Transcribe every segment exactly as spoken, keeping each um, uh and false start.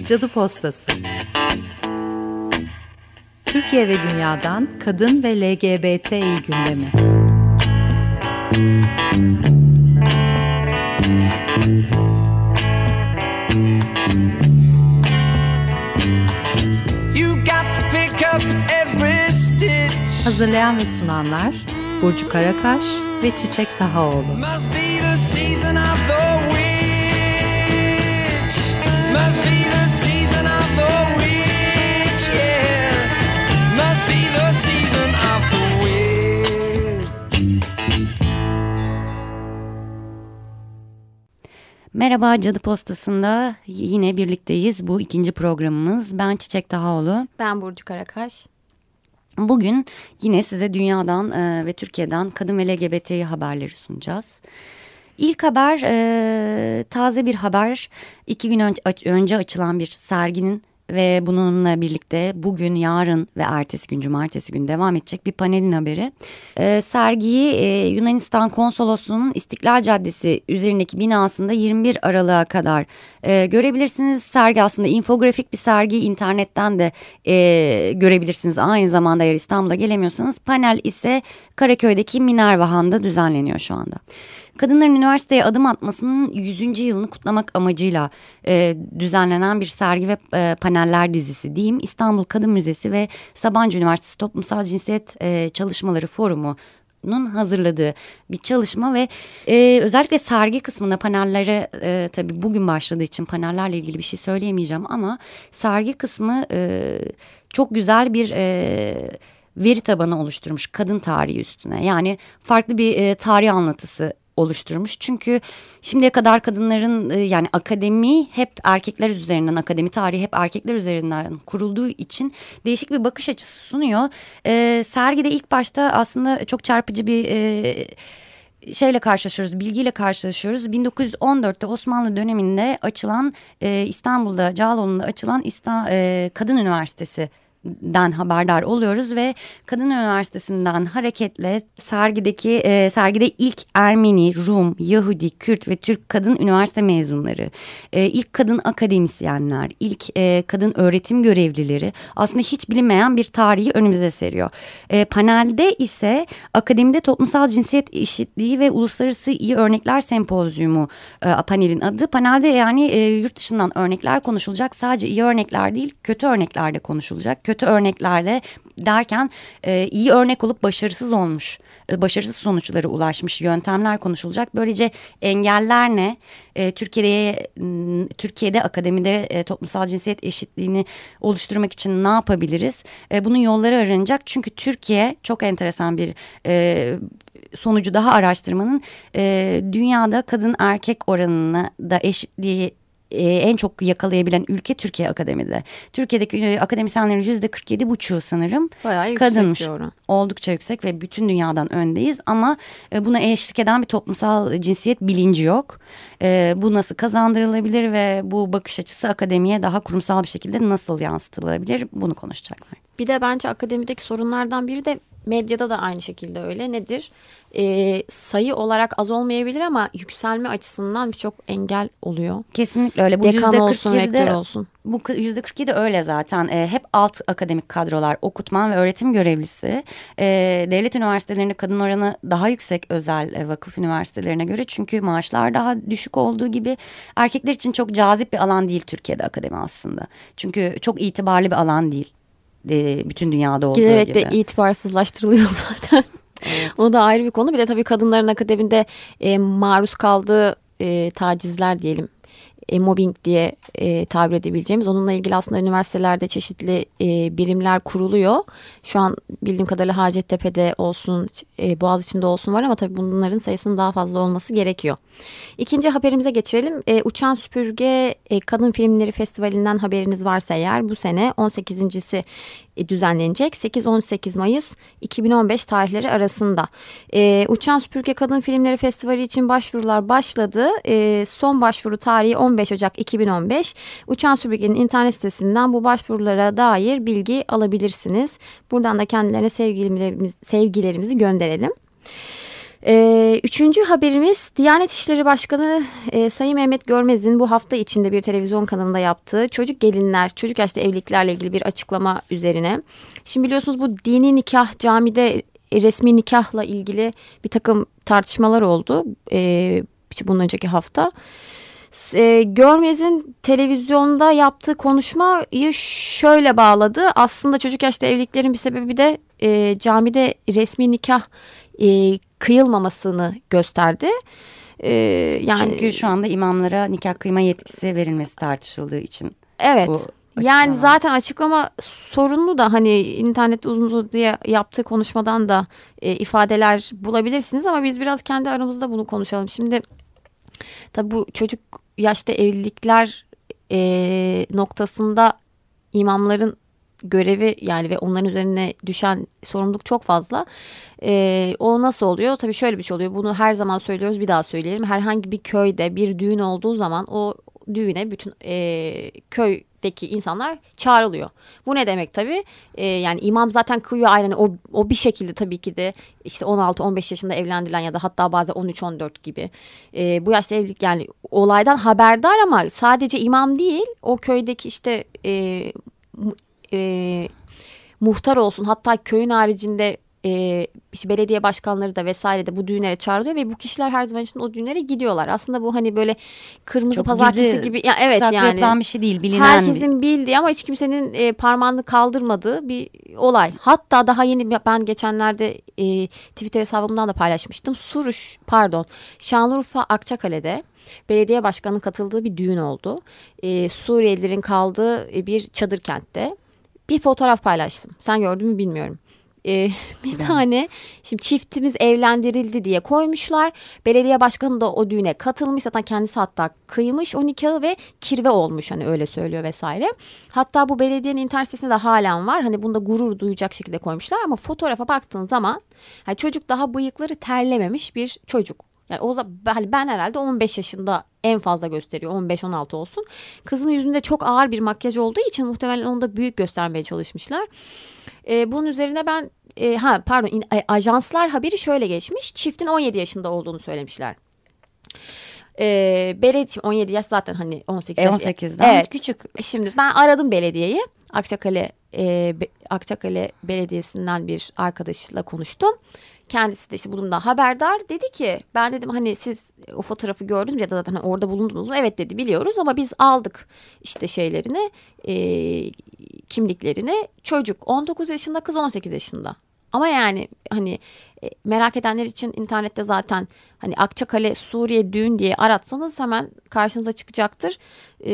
Cadı Postası. Türkiye ve dünyadan kadın ve L G B T İ gündemi. Hazırlayan ve sunanlar Burcu Karakaş ve Çiçek Tahaoğlu. Merhaba, Cadı Postası'nda yine birlikteyiz. Bu ikinci programımız. Ben Çiçek Tahaoğlu. Ben Burcu Karakaş. Bugün yine size dünyadan e, ve Türkiye'den kadın ve L G B T haberleri sunacağız. İlk haber e, taze bir haber. İki gün önce, önce açılan bir serginin ve bununla birlikte bugün, yarın ve ertesi gün, cumartesi gün devam edecek bir panelin haberi. Ee, sergiyi e, Yunanistan Konsolosluğu'nun İstiklal Caddesi üzerindeki binasında yirmi bir Aralık'a kadar e, görebilirsiniz. Sergi aslında infografik bir sergi, internetten de e, görebilirsiniz. Aynı zamanda eğer İstanbul'a gelemiyorsanız panel ise Karaköy'deki Minerva Han'da düzenleniyor şu anda. Kadınların üniversiteye adım atmasının yüzüncü yılını kutlamak amacıyla e, düzenlenen bir sergi ve e, paneller dizisi diyeyim. İstanbul Kadın Müzesi ve Sabancı Üniversitesi Toplumsal Cinsiyet e, Çalışmaları Forumu'nun hazırladığı bir çalışma ve e, özellikle sergi kısmında panellere e, tabii bugün başladığı için panellerle ilgili bir şey söyleyemeyeceğim ama sergi kısmı e, çok güzel bir e, veri tabanı oluşturmuş kadın tarihi üstüne. Yani farklı bir e, tarih anlatısı oluşturmuş. Çünkü şimdiye kadar kadınların yani akademi hep erkekler üzerinden, akademi tarihi hep erkekler üzerinden kurulduğu için değişik bir bakış açısı sunuyor. E, sergide ilk başta aslında çok çarpıcı bir e, şeyle karşılaşıyoruz, bilgiyle karşılaşıyoruz. bin dokuz yüz on dörtte Osmanlı döneminde açılan e, İstanbul'da, Cağaloğlu'nda açılan İsta, e, Kadın Üniversitesi den haberdar oluyoruz ve Kadın Üniversitesi'nden hareketle sergideki e, sergide ilk Ermeni, Rum, Yahudi, Kürt ve Türk kadın üniversite mezunları, e, ilk kadın akademisyenler, ilk e, kadın öğretim görevlileri aslında hiç bilinmeyen bir tarihi önümüze seriyor. E, panelde ise Akademide Toplumsal Cinsiyet Eşitliği ve Uluslararası İyi Örnekler Sempozyumu e, panelin adı. Panelde yani e, yurt dışından örnekler konuşulacak. Sadece iyi örnekler değil, kötü örnekler de konuşulacak. Kötü Kötü örneklerde derken e, iyi örnek olup başarısız olmuş, e, başarısız sonuçlara ulaşmış yöntemler konuşulacak. Böylece engeller ne? E, Türkiye'de Türkiye'de akademide e, toplumsal cinsiyet eşitliğini oluşturmak için ne yapabiliriz? E, bunun yolları aranacak. Çünkü Türkiye çok enteresan bir e, sonucu daha araştırmanın e, dünyada kadın erkek oranını da eşitliği en çok yakalayabilen ülke Türkiye Akademi'de. Türkiye'deki akademisyenlerin yüzde kırk yedi buçuğu sanırım bayağı yüksek kadınmış. Bir oran. Oldukça yüksek ve bütün dünyadan öndeyiz ama buna eşlik eden bir toplumsal cinsiyet bilinci yok. Bu nasıl kazandırılabilir ve bu bakış açısı akademiye daha kurumsal bir şekilde nasıl yansıtılabilir, bunu konuşacaklar. Bir de bence akademideki sorunlardan biri de medyada da aynı şekilde öyle. Nedir? Ee, sayı olarak az olmayabilir ama yükselme açısından birçok engel oluyor. Kesinlikle öyle. Bu Dekan olsun, rektör olsun. Bu yüzde kırk yedi öyle zaten. E, hep alt akademik kadrolar, okutman ve öğretim görevlisi. E, devlet üniversitelerinde kadın oranı daha yüksek özel e, vakıf üniversitelerine göre. Çünkü maaşlar daha düşük olduğu gibi erkekler için çok cazip bir alan değil Türkiye'de akademi aslında. Çünkü çok itibarlı bir alan değil. E, bütün dünyada olduğu Giderek gibi. Giderek de itibarsızlaştırılıyor zaten. Evet. O da ayrı bir konu. Bir de tabii kadınların akademide e, maruz kaldığı e, tacizler diyelim. E, mobbing diye e, tabir edebileceğimiz. Onunla ilgili aslında üniversitelerde çeşitli e, birimler kuruluyor. Şu an bildiğim kadarıyla Hacettepe'de olsun, e, Boğaziçi'nde olsun var ama tabii bunların sayısının daha fazla olması gerekiyor. İkinci haberimize geçelim. E, Uçan Süpürge e, Kadın Filmleri Festivali'nden haberiniz varsa eğer bu sene on sekizincisi E, düzenlenecek. sekiz on sekiz Mayıs iki bin on beş tarihleri arasında. E, Uçan Süpürge Kadın Filmleri Festivali için başvurular başladı. E, son başvuru tarihi on beş Ocak iki bin on beş. Uçan Süpürge'nin internet sitesinden bu başvurulara dair bilgi alabilirsiniz. Buradan da kendilerine sevgilerimizi, sevgilerimizi gönderelim. Ee, üçüncü haberimiz Diyanet İşleri Başkanı e, Sayın Mehmet Görmez'in bu hafta içinde bir televizyon kanalında yaptığı çocuk gelinler, çocuk yaşta evliliklerle ilgili bir açıklama üzerine. Şimdi biliyorsunuz bu dini nikah, camide resmi nikahla ilgili bir takım tartışmalar oldu e, bundan önceki hafta. E, Görmez'in televizyonda yaptığı konuşmayı şöyle bağladı. Aslında çocuk yaşta evliliklerin bir sebebi de e, camide resmi nikah e, kıyılmamasını gösterdi. E, yani çünkü şu anda imamlara nikah kıyma yetkisi verilmesi tartışıldığı için. Evet. Yani zaten açıklama sorunlu da hani internette uzun uzadıya yaptığı konuşmadan da e, ifadeler bulabilirsiniz ama biz biraz kendi aramızda bunu konuşalım. Şimdi tabii bu çocuk yaşta evlilikler e, noktasında imamların görevi yani ve onların üzerine düşen sorumluluk çok fazla. Ee, o nasıl oluyor? Tabii şöyle bir şey oluyor. Bunu her zaman söylüyoruz, bir daha söyleyelim. Herhangi bir köyde bir düğün olduğu zaman o düğüne bütün e, köydeki insanlar çağrılıyor. Bu ne demek tabii? E, yani imam zaten kıyıyor aynen o, o bir şekilde tabii ki de işte on altı on beş yaşında evlendirilen ya da hatta bazen on üç on dört gibi. E, bu yaşta evlilik yani olaydan haberdar ama sadece imam değil o köydeki işte e, e, muhtar olsun hatta köyün haricinde e, işte belediye başkanları da vesaire de bu düğünlere çağrılıyor ve bu kişiler her zaman için o düğünlere gidiyorlar. Aslında bu hani böyle kırmızı çok pazartesi gibi ya evet yani yapılan bir şey değil, bilinen herkesin bir... bildiği ama hiç kimsenin e, parmağını kaldırmadığı bir olay. Hatta daha yeni ben geçenlerde e, Twitter hesabımdan da paylaşmıştım. Suruç pardon Şanlıurfa Akçakale'de belediye başkanının katıldığı bir düğün oldu. E, Suriyelilerin kaldığı bir çadır kentte. Bir fotoğraf paylaştım. Sen gördün mü bilmiyorum. Ee, bir tane şimdi çiftimiz evlendirildi diye koymuşlar. Belediye başkanı da o düğüne katılmış. Zaten kendisi hatta kıymış o nikahı ve kirve olmuş hani öyle söylüyor vesaire. Hatta bu belediyenin internet sitesinde de halen var. Hani bunda gurur duyacak şekilde koymuşlar ama fotoğrafa baktığın zaman yani çocuk daha bıyıkları terlememiş bir çocuk. Yani o zaman ben herhalde on beş yaşında en fazla gösteriyor. on beş on altı olsun. Kızın yüzünde çok ağır bir makyaj olduğu için muhtemelen onu da büyük göstermeye çalışmışlar. Ee, bunun üzerine ben e, ha pardon in, ajanslar haberi şöyle geçmiş. Çiftin on yedi yaşında olduğunu söylemişler. Ee, belediye on yedi yaş zaten hani on sekiz yaş. on sekizden evet. Küçük. Şimdi ben aradım belediyeyi. Akçakale e, Akçakale Belediyesi'nden bir arkadaşla konuştum. Kendisi de işte bundan haberdar. Dedi ki ben dedim hani siz o fotoğrafı gördünüz mü ya da zaten hani orada bulundunuz mu? Evet dedi biliyoruz ama biz aldık işte şeylerini e, kimliklerini. Çocuk on dokuz yaşında kız on sekiz yaşında. Ama yani hani e, merak edenler için internette zaten hani Akçakale Suriye düğün diye aratsanız hemen karşınıza çıkacaktır. E,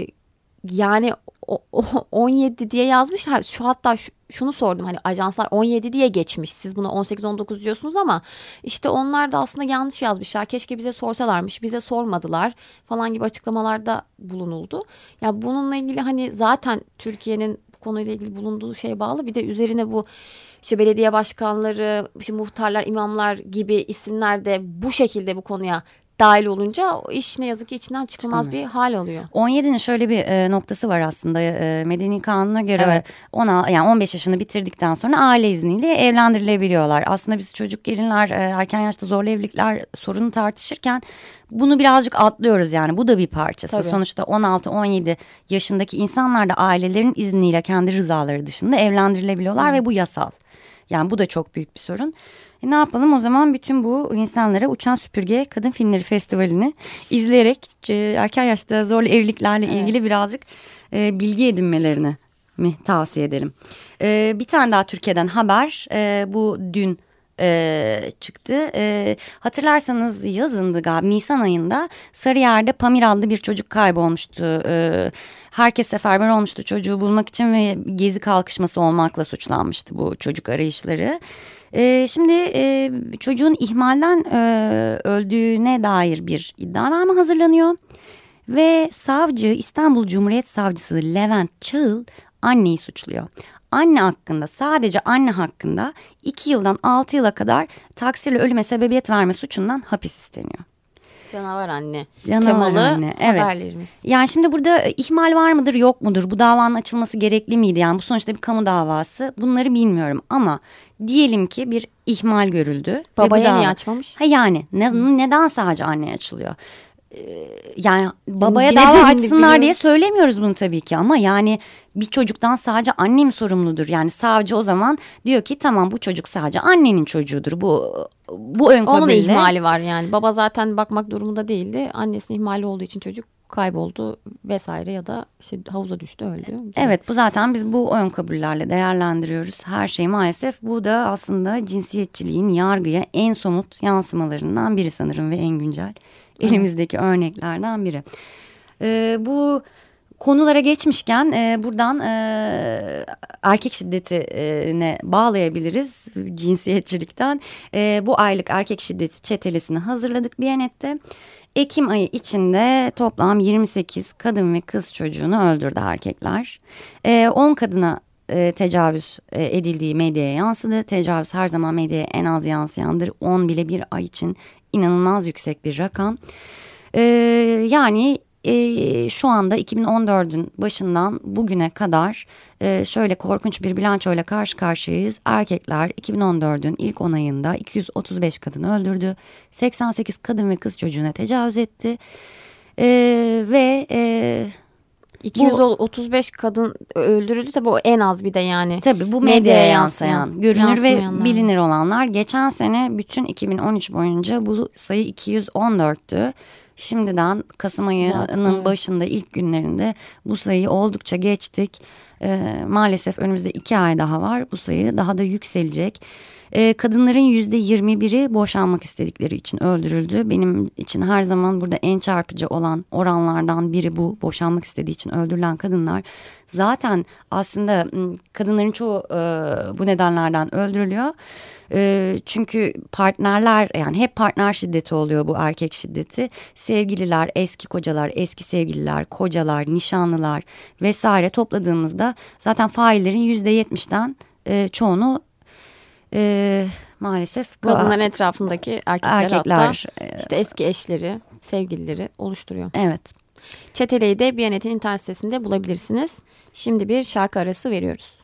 yani o, o, on yedi diye yazmışlar. Şu hatta şu, şunu sordum hani ajanslar on yedi diye geçmiş. Siz buna on sekiz on dokuz diyorsunuz ama işte onlar da aslında yanlış yazmışlar. Keşke bize sorsalarmış. Bize sormadılar falan gibi açıklamalarda bulunuldu. Ya bununla ilgili hani zaten Türkiye'nin bu konuyla ilgili bulunduğu şeye bağlı. Bir de üzerine bu işte belediye başkanları, işte muhtarlar, imamlar gibi isimler de bu şekilde bu konuya dahil olunca o iş ne yazık ki içinden çıkılmaz bir hal oluyor. on yedinin şöyle bir e, noktası var aslında e, medeni kanuna göre evet. ona yani on beş yaşını bitirdikten sonra aile izniyle evlendirilebiliyorlar. Aslında biz çocuk gelinler e, erken yaşta zorlu evlilikler sorunu tartışırken bunu birazcık atlıyoruz yani bu da bir parçası. Tabii. Sonuçta on altı on yedi yaşındaki insanlar da ailelerin izniyle kendi rızaları dışında evlendirilebiliyorlar hmm. ve bu yasal. Yani bu da çok büyük bir sorun. E ne yapalım o zaman bütün bu insanlara Uçan Süpürge Kadın Filmleri Festivali'ni izleyerek e, erken yaşta zorlu evliliklerle evet. ilgili birazcık e, bilgi edinmelerini mi tavsiye edelim. E, bir tane daha Türkiye'den haber e, bu dün e, çıktı. E, hatırlarsanız yazındı galiba Nisan ayında Sarıyer'de Pamir adlı bir çocuk kaybolmuştu. E, herkes seferber olmuştu çocuğu bulmak için ve gezi kalkışması olmakla suçlanmıştı bu çocuk arayışları. Ee, şimdi e, çocuğun ihmalden e, öldüğüne dair bir iddianame hazırlanıyor ve savcı İstanbul Cumhuriyet Savcısı Levent Çağıl anneyi suçluyor. Anne hakkında sadece anne hakkında iki yıldan altı yıla kadar taksirle ölüme sebebiyet verme suçundan hapis isteniyor. Canavar anne Canavar temalı anne, evet. haberlerimiz. Yani şimdi burada ihmal var mıdır yok mudur? Bu davanın açılması gerekli miydi? Yani bu sonuçta bir kamu davası. Bunları bilmiyorum ama diyelim ki bir ihmal görüldü. Babaya dava... niye açmamış? Ha yani ne, neden sadece anneye açılıyor? Yani babaya Bile dava de açsınlar biliyorum. diye söylemiyoruz bunu tabii ki ama yani bir çocuktan sadece anne mi sorumludur? Yani savcı o zaman diyor ki tamam bu çocuk sadece annenin çocuğudur. Bu bu ön Onun da kabille... ihmali var yani. Baba zaten bakmak durumunda değildi. Annesinin ihmali olduğu için çocuk kayboldu vesaire ya da işte havuza düştü öldü. Evet, bu zaten biz bu ön kabullerle değerlendiriyoruz her şeyi maalesef. Bu da aslında cinsiyetçiliğin yargıya en somut yansımalarından biri sanırım ve en güncel elimizdeki evet. örneklerden biri. Ee, bu konulara geçmişken e, buradan e, erkek şiddetine bağlayabiliriz cinsiyetçilikten. E, bu aylık erkek şiddeti çetelesini hazırladık Biyanet'te. Ekim ayı içinde toplam yirmi sekiz kadın ve kız çocuğunu öldürdü erkekler. E, on kadına e, tecavüz e, edildiği medyaya yansıdı. Tecavüz her zaman medyaya en az yansıyandır. on bile bir ay için inanılmaz yüksek bir rakam. E, yani e, şu anda iki bin on dördün başından bugüne kadar e, şöyle korkunç bir bilançoyla karşı karşıyayız. Erkekler iki bin on dördün ilk on ayında iki yüz otuz beş kadını öldürdü. seksen sekiz kadın ve kız çocuğuna tecavüz etti. E, ve... E, iki yüz otuz beş kadın öldürüldü tabii o en az bir de yani. Tabii bu medyaya, medyaya yansıyan, yansıyan, görünür ve bilinir olanlar. Geçen sene bütün iki bin on üç boyunca bu sayı iki yüz on dörttü. Şimdiden Kasım ayının Zaten, evet. başında ilk günlerinde bu sayıyı oldukça geçtik. Ee, maalesef önümüzde iki ay daha var. Bu sayı daha da yükselecek. Ee, kadınların yüzde yirmi biri boşanmak istedikleri için öldürüldü. Benim için her zaman burada en çarpıcı olan oranlardan biri bu. Boşanmak istediği için öldürülen kadınlar. Zaten aslında kadınların çoğu e, bu nedenlerden öldürülüyor. E, çünkü partnerler, yani hep partner şiddeti oluyor bu erkek şiddeti. Sevgililer, eski kocalar, eski sevgililer, kocalar, nişanlılar vesaire topladığımızda zaten faillerin yüzde yetmişten e, çoğunu e, maalesef bu kadınların etrafındaki erkekler, erkekler hatta işte eski eşleri, sevgilileri oluşturuyor. Evet. Çeteleyi de Biyanet'in internet sitesinde bulabilirsiniz. Şimdi bir şarkı arası veriyoruz.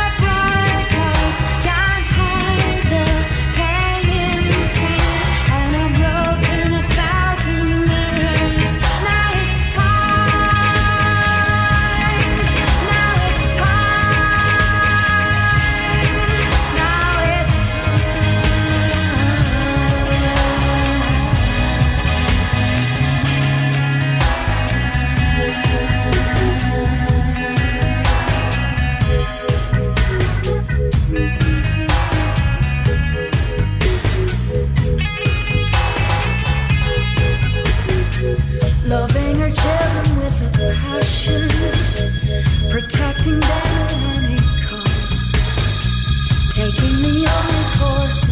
And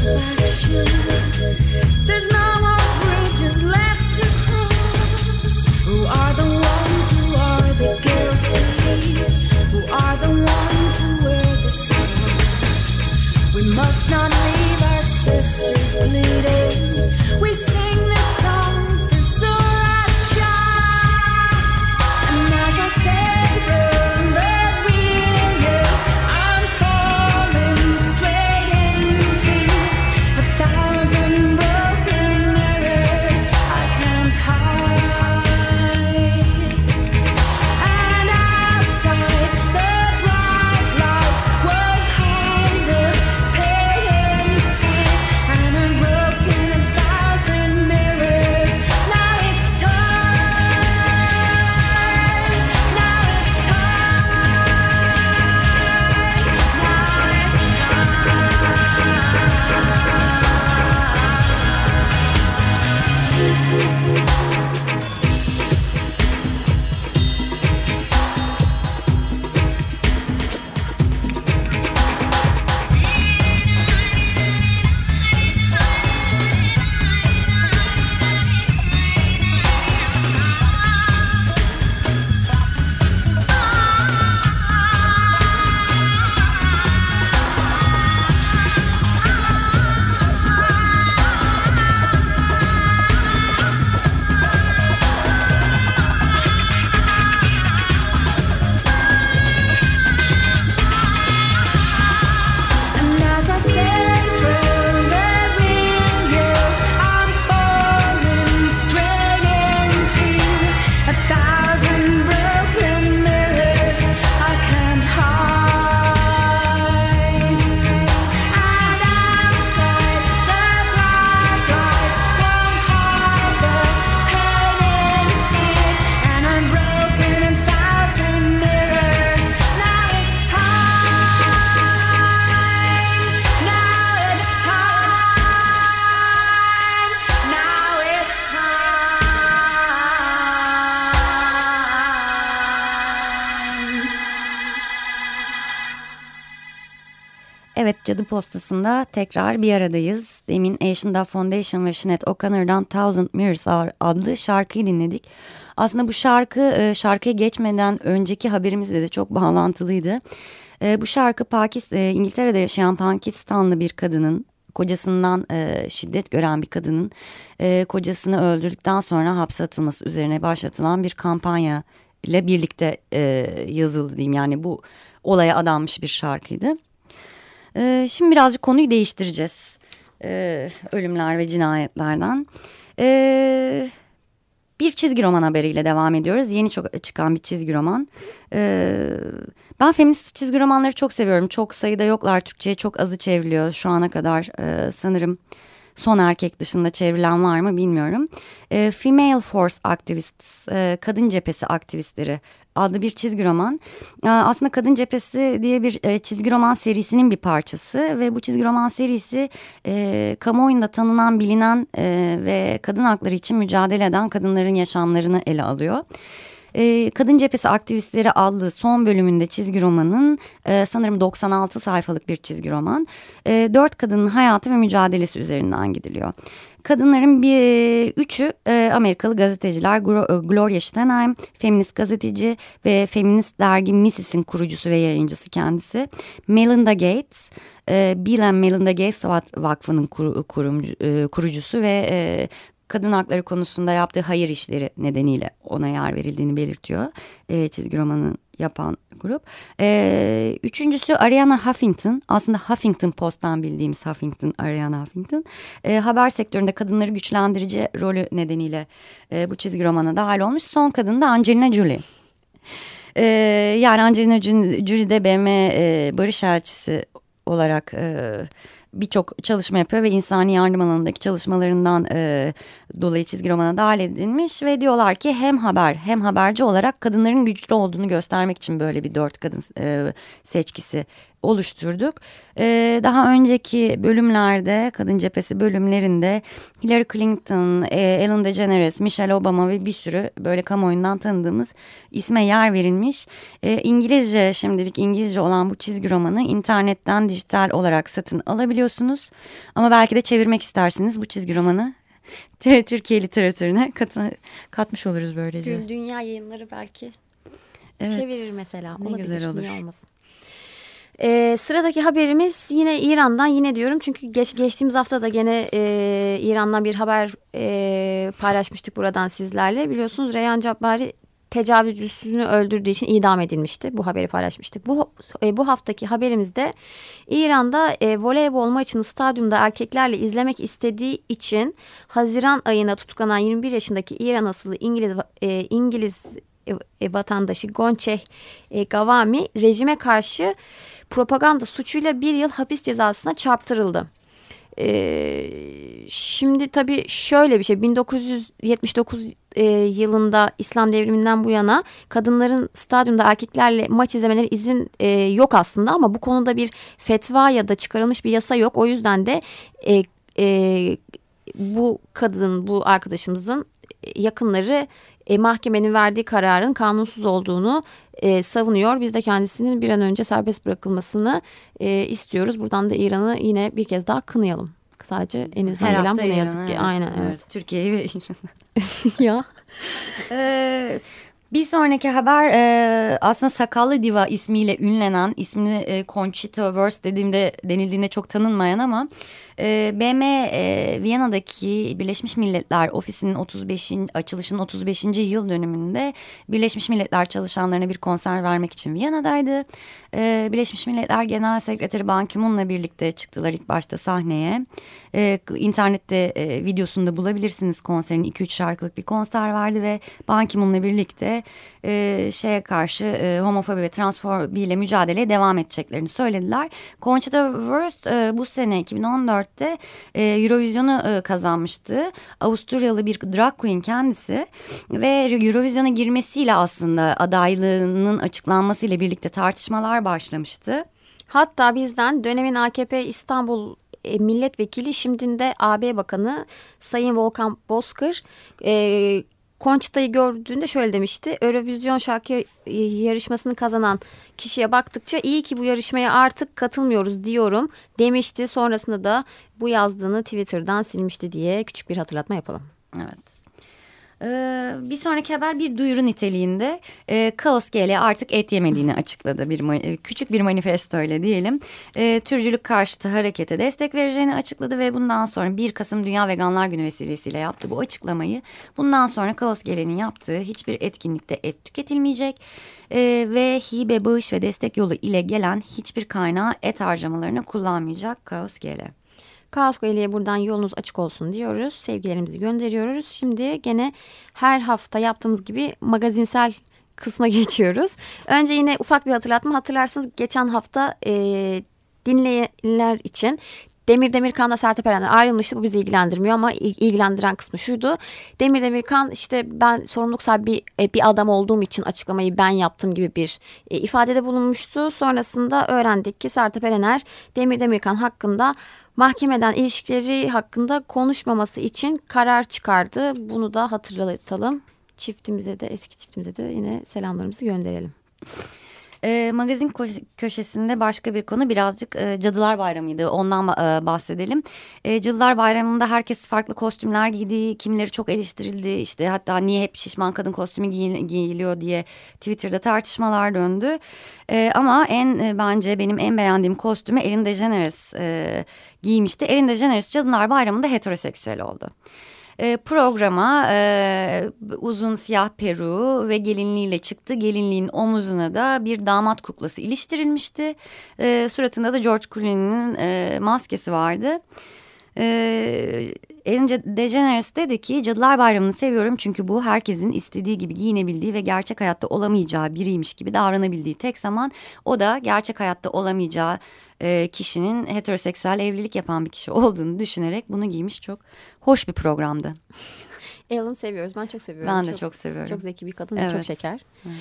of action. There's no more bridges left to cross. Who are the ones who are the guilty? Who are the ones who wear the scars? We must not leave our sisters bleeding. We sing this song for Zora Shah. And as I say from the rear, I'm falling straight into a thousand broken mirrors I can't hide. And outside the bright lights won't hide the pain inside. And I'm broken a thousand mirrors. Now it's time. Now it's time. Now it's And as I say through the rear, I'm falling straight into a thousand broken mirrors I can't hide. And outside the bright lights won't hide the pain inside. And I'm broken a thousand mirrors. Now it's time. Now it's time. Now it's time. Evet, Cadı Postası'nda tekrar bir aradayız. Demin Asian Dove Foundation ve Sinead O'Connor'dan Thousand Mirrors adlı şarkıyı dinledik. Aslında bu şarkı e, şarkıya geçmeden önceki haberimizle de çok bağlantılıydı. E, bu şarkı Pakistan, e, İngiltere'de yaşayan Pakistanlı bir kadının, kocasından e, şiddet gören bir kadının e, kocasını öldürdükten sonra hapse atılması üzerine başlatılan bir kampanya ile birlikte e, yazıldı diyeyim. Yani bu olaya adanmış bir şarkıydı. Ee, şimdi birazcık konuyu değiştireceğiz. Ee, ölümler ve cinayetlerden. Ee, bir çizgi roman haberiyle devam ediyoruz. Yeni çok çıkan bir çizgi roman. Ee, ben feminist çizgi romanları çok seviyorum. Çok sayıda yoklar. Türkçe'ye çok azı çevriliyor. Şu ana kadar e, sanırım Son Erkek dışında çevrilen var mı bilmiyorum. E, Female Force Activists, e, Kadın Cephesi Aktivistleri adlı bir çizgi roman. E, aslında Kadın Cephesi diye bir e, çizgi roman serisinin bir parçası ve bu çizgi roman serisi e, kamuoyunda tanınan, bilinen e, ve kadın hakları için mücadele eden kadınların yaşamlarını ele alıyor. E, Kadın Cephesi Aktivistleri adlı son bölümünde çizgi romanın e, sanırım doksan altı sayfalık bir çizgi roman. E, dört kadının hayatı ve mücadelesi üzerinden gidiliyor. Kadınların bir üçü e, Amerikalı gazeteciler. Gloria Steinem, feminist gazeteci ve feminist dergi Missis'in kurucusu ve yayıncısı kendisi. Melinda Gates, e, Bill and Melinda Gates Vakfı'nın kur, kurum, e, kurucusu ve e, kadın hakları konusunda yaptığı hayır işleri nedeniyle ona yer verildiğini belirtiyor e, çizgi romanı yapan grup. E, üçüncüsü Arianna Huffington. Aslında Huffington Post'tan bildiğimiz Huffington, Arianna Huffington. E, haber sektöründe kadınları güçlendirici rolü nedeniyle e, bu çizgi romana dahil olmuş. Son kadın da Angelina Jolie. E, yani Angelina Jolie de B M e, barış elçisi olarak e, birçok çalışma yapıyor ve insani yardım alanındaki çalışmalarından e, dolayı çizgi romana dahil edilmiş ve diyorlar ki hem haber hem haberci olarak kadınların güçlü olduğunu göstermek için böyle bir dört kadın e, seçkisi oluşturduk. Ee, daha önceki bölümlerde, Kadın Cephesi bölümlerinde Hillary Clinton, e, Ellen DeGeneres, Michelle Obama ve bir sürü böyle kamuoyundan tanıdığımız isme yer verilmiş. Ee, İngilizce, şimdilik İngilizce olan bu çizgi romanı internetten dijital olarak satın alabiliyorsunuz. Ama belki de çevirmek isterseniz bu çizgi romanı Türkiye literatürüne kat, katmış oluruz böylece. Gül Dünya Yayınları belki Evet. çevirir mesela. Ne Olabilir, güzel olur. niye olmasın. Ee, sıradaki haberimiz yine İran'dan, yine diyorum çünkü geç, geçtiğimiz hafta da gene e, İran'dan bir haber e, paylaşmıştık buradan sizlerle. Biliyorsunuz Reyhan Cabbari tecavüzcüsünü öldürdüğü için idam edilmişti. Bu haberi paylaşmıştık. Bu e, bu haftaki haberimizde İran'da e, voleybol maçını stadyumda erkeklerle izlemek istediği için Haziran ayına tutuklanan yirmi bir yaşındaki İran asıllı İngiliz e, İngiliz e, vatandaşı Gonçeh e, Gavami rejime karşı propaganda suçuyla bir yıl hapis cezasına çarptırıldı. Ee, şimdi tabii şöyle bir şey, bin dokuz yüz yetmiş dokuz e, yılında İslam devriminden bu yana kadınların stadyumda erkeklerle maç izlemeleri izin e, yok aslında, ama bu konuda bir fetva ya da çıkarılmış bir yasa yok. O yüzden de e, e, bu kadın, bu arkadaşımızın yakınları e, mahkemenin verdiği kararın kanunsuz olduğunu e, savunuyor. Biz de kendisinin bir an önce serbest bırakılmasını e, istiyoruz. Buradan da İran'ı yine bir kez daha kınayalım. Sadece elinizden Her gelen hafta bu ne İran'ı, yazık ki. evet, Aynen, evet. evet. Türkiye'yi ve İran'ı. Ya. Ee, bir sonraki haber e, aslında Sakallı Diva ismiyle ünlenen, ismini e, Conchita Wurst dediğimde denildiğinde çok tanınmayan ama e, B M e, Viyana'daki Birleşmiş Milletler Ofisi'nin otuz beşinci açılışının otuz beşinci yıl dönümünde Birleşmiş Milletler çalışanlarına bir konser vermek için Viyana'daydı. E, Birleşmiş Milletler Genel Sekreteri Ban Ki-moon'la birlikte çıktılar ilk başta sahneye. E, internette e, videosunu da bulabilirsiniz konserin. iki üç şarkılık bir konser vardı ve Ban Ki-moon'la birlikte e, şeye karşı e, homofobi ve transfobiyle mücadeleye devam edeceklerini söylediler. Conchita Wurst e, bu sene iki bin on dörtte e, Eurovision'u e, kazanmıştı. Avusturyalı bir drag queen kendisi ve Eurovision'a girmesiyle aslında adaylığının açıklanmasıyla birlikte tartışmalar başlamıştı. Hatta bizden dönemin A K P İstanbul e, milletvekili, şimdi de A B Bakanı Sayın Volkan Bozkır e, Conchita'yı gördüğünde şöyle demişti: Eurovision şarkı yarışmasını kazanan kişiye baktıkça iyi ki bu yarışmaya artık katılmıyoruz diyorum demişti. Sonrasında da bu yazdığını Twitter'dan silmişti diye küçük bir hatırlatma yapalım. Evet. Ee, bir sonraki haber bir duyuru niteliğinde. Ee, Kaos G L artık et yemediğini açıkladı. Bir küçük bir manifesto öyle diyelim. Ee, türcülük karşıtı harekete destek vereceğini açıkladı ve bundan sonra bir Kasım Dünya Veganlar Günü vesilesiyle yaptı bu açıklamayı. Bundan sonra Kaos G L'nin yaptığı hiçbir etkinlikte et tüketilmeyecek ee, ve hibe, bağış ve destek yolu ile gelen hiçbir kaynağı et harcamalarını kullanmayacak Kaos G L. Kaos G L'ye buradan yolunuz açık olsun diyoruz. Sevgilerimizi gönderiyoruz. Şimdi gene her hafta yaptığımız gibi magazinsel kısma geçiyoruz. Önce yine ufak bir hatırlatma. Hatırlarsınız geçen hafta e, dinleyenler için Demir Demirkan'la Sertab Erener ayrılmıştı. Bu bizi ilgilendirmiyor ama ilgilendiren kısmı şuydu: Demir Demirkan işte ben sorumluluk sahibi bir adam olduğum için açıklamayı ben yaptım gibi bir ifadede bulunmuştu. Sonrasında öğrendik ki Sertab Erener Demir Demirkan hakkında mahkemeden ilişkileri hakkında konuşmaması için karar çıkardı. Bunu da hatırlatalım. Çiftimize de, eski çiftimize de yine selamlarımızı gönderelim. E, magazin ko- köşesinde başka bir konu birazcık e, Cadılar Bayramı'ydı. Ondan e, bahsedelim. E, Cadılar Bayramı'nda herkes farklı kostümler giydi. Kimileri çok eleştirildi. İşte hatta niye hep şişman kadın kostümü giy- giyiliyor diye Twitter'da tartışmalar döndü. E, ama en e, bence benim en beğendiğim kostümü Ellen DeGeneres e, giymişti. Ellen DeGeneres Cadılar Bayramı'nda heteroseksüel oldu. E, programa e, uzun siyah peruğu ve gelinliğiyle çıktı. Gelinliğin omuzuna da bir damat kuklası iliştirilmişti. E, suratında da George Clooney'nin e, maskesi vardı. E, Ellen DeGeneres dedi ki Cadılar Bayramı'nı seviyorum çünkü bu herkesin istediği gibi giyinebildiği ve gerçek hayatta olamayacağı biriymiş gibi davranabildiği tek zaman. O da gerçek hayatta olamayacağı e, kişinin heteroseksüel evlilik yapan bir kişi olduğunu düşünerek bunu giymiş. Çok hoş bir programdı. Ellen seviyoruz. Ben çok seviyorum. Ben de çok, çok seviyorum. Çok zeki bir kadın Evet. ve çok şeker. Evet.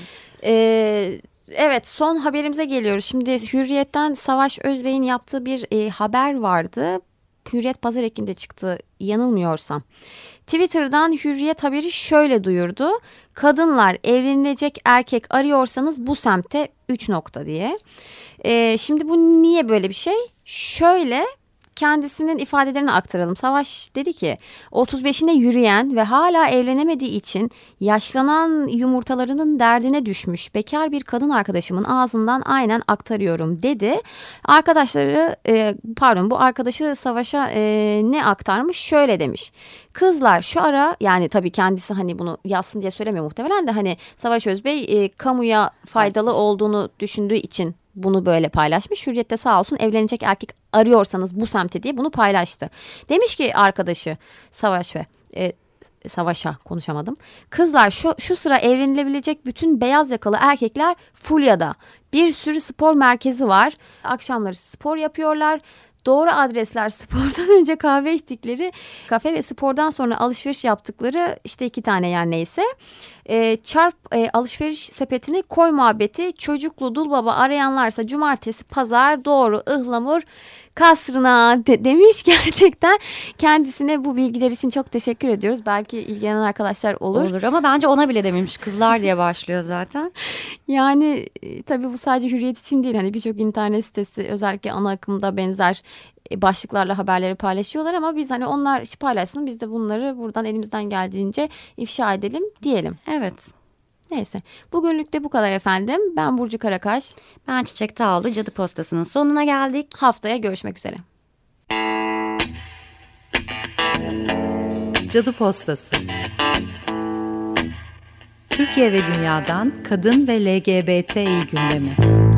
Ee, evet son haberimize geliyoruz. Şimdi Hürriyet'ten Savaş Özbey'in yaptığı bir e, haber vardı. Hürriyet Pazar ekinde çıktı yanılmıyorsam. Twitter'dan Hürriyet haberi şöyle duyurdu. Kadınlar evlenilecek erkek arıyorsanız bu semte üç nokta diye. Ee, şimdi bu niye böyle bir şey? Şöyle kendisinin ifadelerini aktaralım. Savaş dedi ki otuz beşine yürüyen ve hala evlenemediği için yaşlanan yumurtalarının derdine düşmüş bekar bir kadın arkadaşımın ağzından aynen aktarıyorum dedi. Arkadaşları e, pardon bu arkadaşı Savaş'a e, ne aktarmış? Şöyle demiş. Kızlar şu ara yani tabii kendisi hani bunu yazsın diye söylemiyor muhtemelen de hani Savaş Özbey e, kamuya faydalı olduğunu düşündüğü için bunu böyle paylaşmış. Hürriyet'te sağ olsun evlenecek erkek arıyorsanız bu semte diye bunu paylaştı. Demiş ki arkadaşı Savaş ve e, Savaş'a konuşamadım. Kızlar şu, şu sıra evlenilebilecek bütün beyaz yakalı erkekler Fulya'da. Bir sürü spor merkezi var. Akşamları spor yapıyorlar. Doğru adresler spordan önce kahve içtikleri kafe ve spordan sonra alışveriş yaptıkları işte iki tane yer neyse. E, çarp e, alışveriş sepetini koy muhabbeti çocuklu dul baba arayanlarsa cumartesi pazar doğru ıhlamur kasrına de, demiş gerçekten kendisine bu bilgiler için çok teşekkür ediyoruz. Belki ilgilenen arkadaşlar olur. Olur ama bence ona bile dememiş kızlar diye başlıyor zaten. Yani e, tabii bu sadece Hürriyet için değil hani birçok internet sitesi özellikle ana akımda benzer başlıklarla haberleri paylaşıyorlar ama biz hani onlar paylaşsın biz de bunları buradan elimizden geldiğince ifşa edelim diyelim. Evet. Neyse bugünlük de bu kadar efendim. Ben Burcu Karakaş. Ben Çiçek Tağlı. Cadı Postası'nın sonuna geldik. Haftaya görüşmek üzere. Cadı Postası. Türkiye ve dünyadan kadın ve L G B T İ gündemi.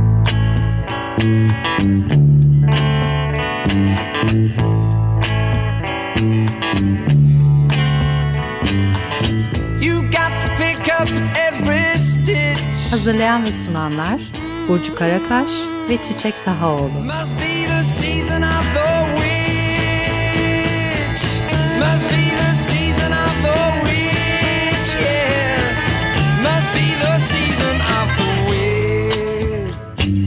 Hazırlayan ve sunanlar Burcu Karakaş ve Çiçek Tahaoğlu. Must be the season of the witch. Must be the season of the witch, yeah. Must be the season of the witch.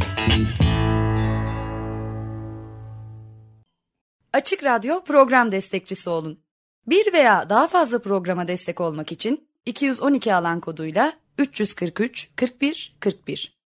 Açık Radyo program destekçisi olun. Bir veya daha fazla programa destek olmak için iki yüz on iki alan koduyla üç yüz kırk üç kırk bir kırk bir